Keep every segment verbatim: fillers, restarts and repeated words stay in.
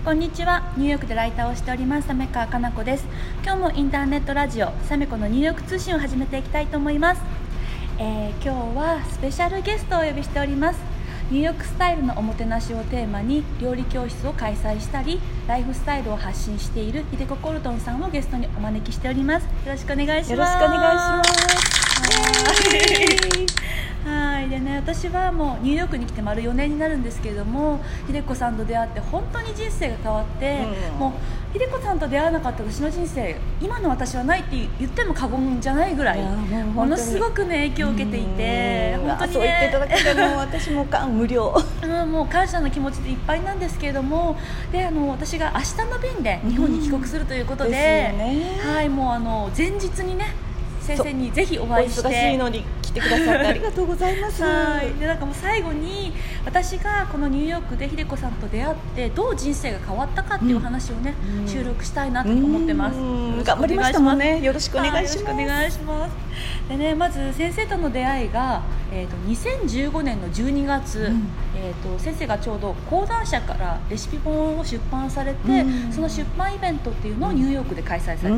こんにちは。ニューヨークでライターをしております鮫川かな子です。今日もインターネットラジオサメコのニューヨーク通信を始めていきたいと思います。えー、今日はスペシャルゲストをお呼びしております。ニューヨークスタイルのおもてなしをテーマに料理教室を開催したりライフスタイルを発信しているひでこコルトンさんをゲストにお招きしております。よろしくお願いします。 よろしくお願いします。 はいでね、私はもうニューヨークに来て丸よねんになるんですけれども、ひでこさんと出会って本当に人生が変わって、うん、もうひでこさんと出会わなかった私の人生今の私はないって言っても過言じゃないぐらいものすごくね影響を受けていて、 本当に、ね、そう言っていただけても私も感無量うん、もう感謝の気持ちでいっぱいなんですけれども、であの私が明日の便で日本に帰国するということで、うんですよね、はい、もうあの前日にね先生にぜひお会いして、 お忙しいのに来てくださってありがとうございますはいでなんかもう最後に私がこのニューヨークでひでこさんと出会ってどう人生が変わったかっていう話をね、うん、収録したいなと思ってます。 頑張りましたもんね。よろしくお願いします。 よろしくお願いしますで、ね、まず先生との出会いが、えー、とにせんじゅうごねんのじゅうにがつ、うんえー、と先生がちょうど講談社からレシピ本を出版されて、うん、その出版イベントっていうのをニューヨークで開催されていて、うん、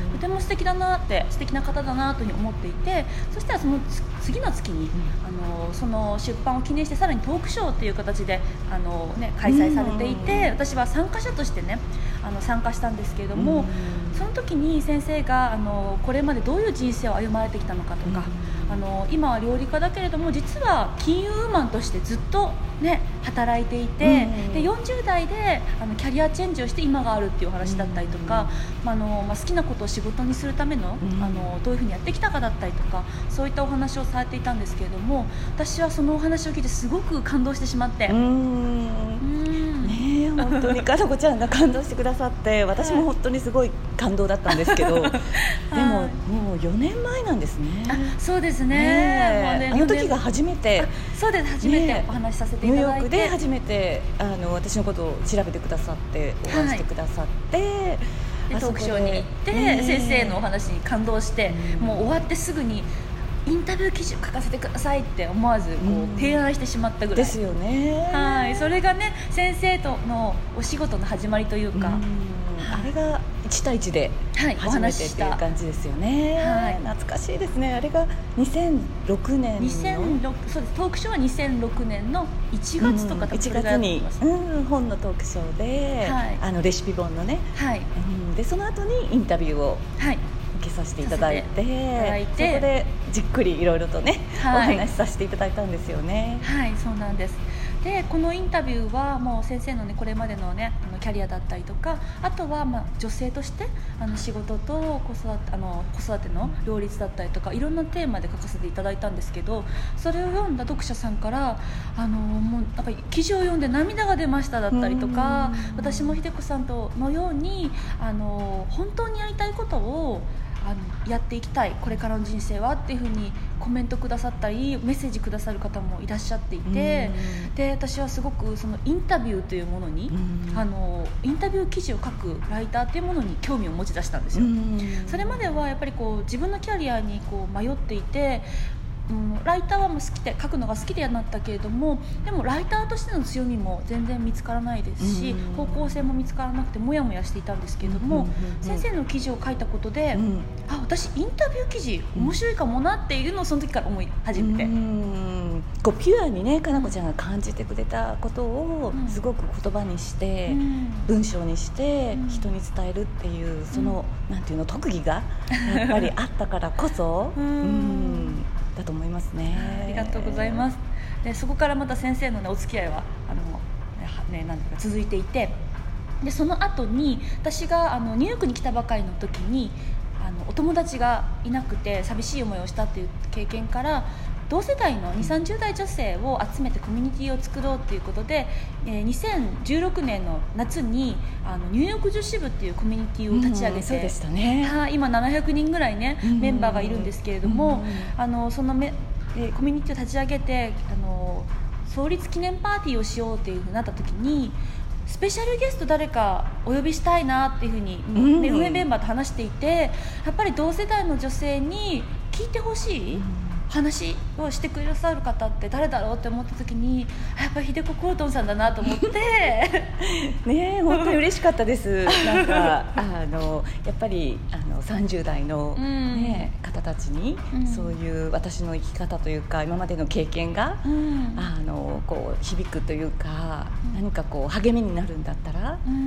とても素敵だなって素敵な方だなというふうに思っていて、そしたらその次の月に、うん、あのその出版を記念してさらにトークショーという形であの、ね、開催されていて、うん、私は参加者としてねあの参加したんですけれども、うん、その時に先生があのこれまでどういう人生を歩まれてきたのかとか、うん、あの今は料理家だけれども実は金融ウーマンとしてずっと、ね、働いていて、うん、でよんじゅう代であのキャリアチェンジをして今があるっていうお話だったりとか、うんまああのまあ、好きなことを仕事にするための、うん、あのどういうふうにやってきたかだったりとかそういったお話をされていたんですけれども、私はそのお話を聞いてすごく感動してしまって、うんうんね、本当にかなこちゃんが感動してくださって私も本当にすごい感動だったんですけど、はい、でももうよねんまえなんですね。 あそうです ね, ね, ねあの時が初めてそうです初めてお話しさせていただいて、 ニューヨークで初めてあの私のことを調べてくださってお会いしてくださって、はいでトークショーに行って、ね、先生のお話に感動して、うん、もう終わってすぐにインタビュー記事を書かせてくださいって思わずこう、うん、提案してしまったぐらいですよね。 はいそれがね先生とのお仕事の始まりというか、うんあれがいち対いちで初めてっていう感じですよね、はい、懐かしいですね。あれがにせんろくねんのにせんろくそうですトークショーはにせんろくねんのいちがつとか、 うん、いちがつに、うん、本のトークショーで、はい、あのレシピ本のね、はいうん、でその後にインタビューを、はい受けさせていただい て, いてそこでじっくりいろいろとね、はい、お話しさせていただいたんですよね。 はいそうなんです。でこのインタビューはもう先生の、ね、これまでの、ね、あのキャリアだったりとかあとは、まあ、女性としてあの仕事と子育て、あの子育ての両立だったりとかいろんなテーマで書かせていただいたんですけど、それを読んだ読者さんからあのもうなんか記事を読んで涙が出ましただったりとか、私もひでこさんとのようにあの本当にやりたいことをあのやっていきたいこれからの人生はっていう風にコメントくださったりメッセージくださる方もいらっしゃっていて、で私はすごくそのインタビューというものにあのインタビュー記事を書くライターというものに興味を持ち出したんですよ。それまではやっぱりこう自分のキャリアにこう迷っていてうん、ライターはもう好きで書くのが好きでなったけれどもでもライターとしての強みも全然見つからないですし、うん、方向性も見つからなくてもやもやしていたんですけれども、うんうんうんうん、先生の記事を書いたことで、うん、あ私インタビュー記事面白いかもなっていうのをその時から思い始めて、うん、 こうピュアにねかなこちゃんが感じてくれたことをすごく言葉にして、うん、文章にして人に伝えるっていうその、うん、なんていうの特技がやっぱりあったからこそ、うんうんだと思いますね。 ありがとうございます。でそこからまた先生の、ね、お付き合いはあの、ね、なんていうか続いていて、でその後に私があのニューヨークに来たばかりの時にあのお友達がいなくて寂しい思いをしたっていう経験から同世代のにじゅう、さんじゅう代女性を集めてコミュニティを作ろうということで、えー、にせんじゅうろくねんの夏にあのニューヨーク女子部っていうコミュニティを立ち上げて、うん、 そうでしたね、 は今ななひゃくにんぐらいね、うん、メンバーがいるんですけれども、うん、あのそのめ、えー、コミュニティを立ち上げてあの創立記念パーティーをしようっていうふうになった時にスペシャルゲスト誰かお呼びしたいなっていうふうに、うんね、運営メンバーと話していてやっぱり同世代の女性に聞いてほしい、うん話をしてくださる方って誰だろうって思った時にやっぱり秀子コルトンさんだなと思ってねえ本当に嬉しかったですなんかあのやっぱりあのさんじゅう代の、ねうん、方たちに、うん、そういう私の生き方というか今までの経験が、うん、あのこう響くというか、うん、何かこう励みになるんだったら、うんうん、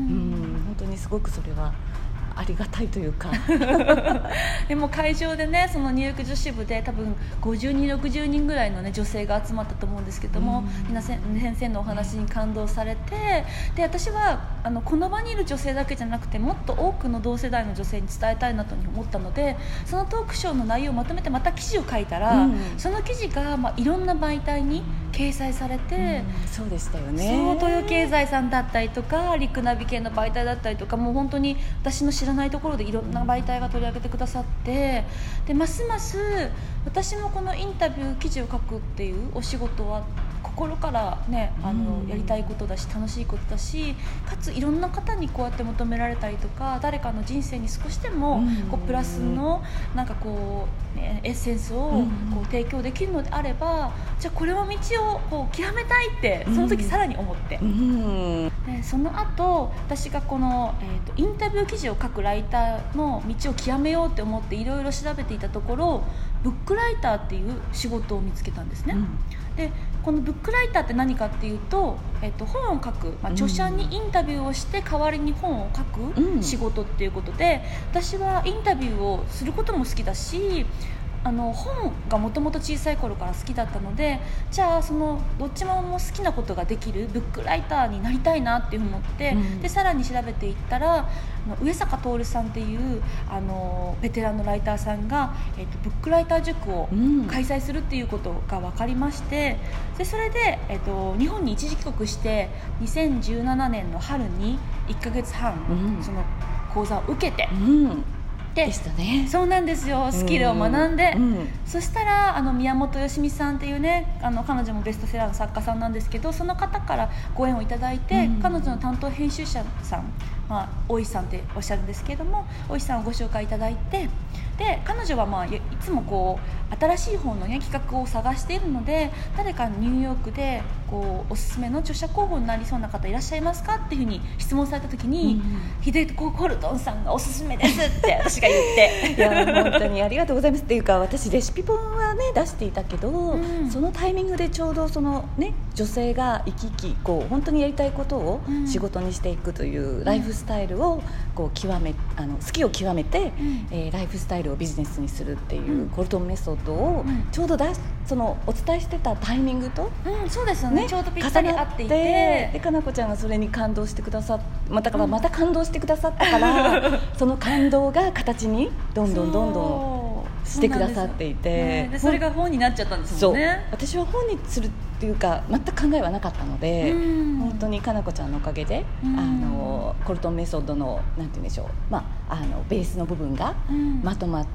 本当にすごくそれはありがたいというかでも会場でねそのニューヨーク女子部で多分ごじゅうにんろくじゅうにんぐらいの、ね、女性が集まったと思うんですけども、うん、皆先生のお話に感動されてで私はあのこの場にいる女性だけじゃなくてもっと多くの同世代の女性に伝えたいなと思ったのでそのトークショーの内容をまとめてまた記事を書いたら、うん、その記事が、まあ、いろんな媒体に掲載されて、 うん、そうでしたよねそう東洋経済さんだったりとか陸ナビ系の媒体だったりとかもう本当に私の知らないところでいろんな媒体が取り上げてくださってでますます私もこのインタビュー記事を書くっていうお仕事は心から、ね、あのやりたいことだし楽しいことだしかついろんな方にこうやって求められたりとか誰かの人生に少しでもこうプラスのなんかこう、ね、エッセンスをこう提供できるのであればじゃあこれを道をこう極めたいってその時さらに思ってでその後私がこの、えーと、インタビュー記事を書くライターの道を極めようって思っていろいろ調べていたところブックライターっていう仕事を見つけたんですね、うんでこのブックライターって何かっていうと、えっと、本を書く、まあ、著者にインタビューをして代わりに本を書く仕事っていうことで、うん、私はインタビューをすることも好きだしあの本がもともと小さい頃から好きだったのでじゃあそのどっちも好きなことができるブックライターになりたいなって思って、うん、でさらに調べていったらあの上坂徹さんっていうあのベテランのライターさんが、えーと、ブックライター塾を開催するっていうことが分かりまして、うん、でそれで、えーと、日本に一時帰国してにせんじゅうななねんの春にいっかげつはん、うん、その講座を受けて、 うんでしたね、 そうなんですよスキルを学んで、 うんうん、 そしたらあの宮本よしみさんっていうねあの彼女もベストセラーの作家さんなんですけどその方からご縁をいただいて、うん、彼女の担当編集者さん、まあ、大石さんっておっしゃるんですけれども大石さんをご紹介いただいてで彼女は、まあ、いつもこう新しい本の、ね、企画を探しているので誰かニューヨークでこうおすすめの著者候補になりそうな方いらっしゃいますかっていうふうに質問された時に、うん、秀子コルトンさんがおすすめですって私が言っていや本当にありがとうございますっていうか私レシピ本は、ね、出していたけど、うん、そのタイミングでちょうどその、ね、女性が生き生きこう本当にやりたいことを仕事にしていくというライフスタイルをこう極めあの好きを極めて、うんえー、ライフスタイルをビジネスにするっていう、うん、コルトンメソッドをちょうどだそのお伝えしてたタイミングと、 うん、そうですよね、ねちょうどぴったり合っていてでかなこちゃんがそれに感動してくださっだからまた感動してくださったから、うん、その感動が形にどんどんどんどんしてくださっていてそ, ね、でそれが本になっちゃったんですもんね。 そう私は本にするっていうか全く考えはなかったので、うん、本当にかなこちゃんのおかげで、うん、あのコルトンメソッドのなんて言うんでしょう、まあ、あのベースの部分がまとまって、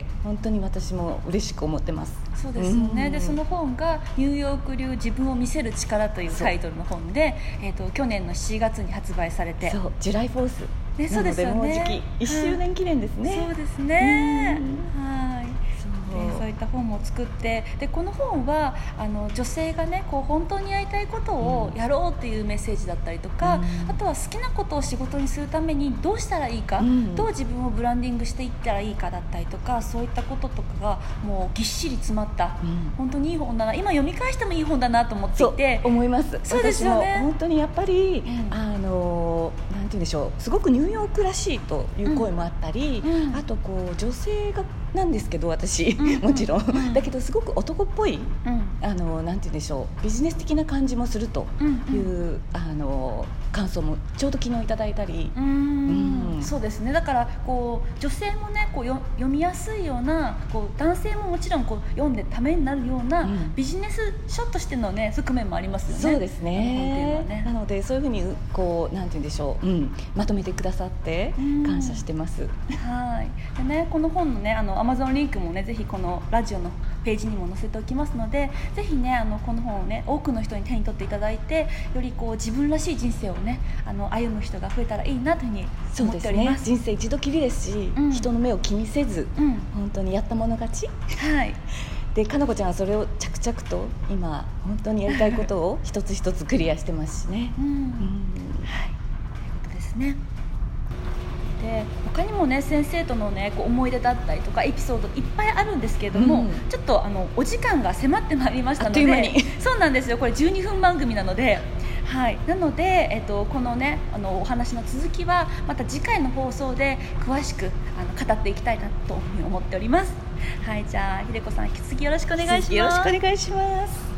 うん、本当に私も嬉しく思ってます。 そうですよね、うん、でその本がニューヨーク流自分を見せる力というタイトルの本で、えーと、去年のしちがつに発売されてそうジュライフォースね、そうですよね、 なのでもうじきいっしゅうねん記念ですね、 うん、そうですね、はいそうそういった本も作ってでこの本はあの女性がねこう本当にやりたいことをやろうっていうメッセージだったりとか、うん、あとは好きなことを仕事にするためにどうしたらいいか、うん、どう自分をブランディングしていったらいいかだったりとかそういったこととかがもうぎっしり詰まった、うん、本当にいい本だな今読み返してもいい本だなと思っていてそう思いますそうですよね私も本当にやっぱり、うん、あのなんて言うんでしょうすごくニューヨークらしいという声もあったり、うん、あとこう女性がなんですけど私、うん、もちろん、うん、だけどすごく男っぽい、うん、あのなんて言うんでしょうビジネス的な感じもするという、うんうん、あの感想もちょうど昨日いただいたりうん、うん、そうですねだからこう女性もねこうよ読みやすいようなこう男性ももちろんこう読んでためになるような、うん、ビジネス書としてのね側面もありますよね。 そうです ね, ねなのでそういうふうにこうなんて言うんでしょう、うん、まとめてくださって感謝してます。 はいでねこの本のねあのAmazon リンクもねぜひこのラジオのページにも載せておきますのでぜひねあのこの本をね多くの人に手に取っていただいてよりこう自分らしい人生をねあの歩む人が増えたらいいなというふうに思っております。 そうですね人生一度きりですし、うん、人の目を気にせず、うん、本当にやったもの勝ち、 はいでかなこちゃんはそれを着々と今本当にやりたいことを一つ一つクリアしてますしね、 うんうん、はい、ということですね。で他にもね先生との、ね、こう思い出だったりとかエピソードいっぱいあるんですけれども、うん、ちょっとあのお時間が迫ってまいりましたので、あっという間にそうなんですよ、これじゅうにふん番組なので、はい、なので、えっと、このねあのお話の続きはまた次回の放送で詳しくあの語っていきたいなと思っております。はい、じゃあ秀子さん引き続きよろしくお願いします。 よろしくお願いします。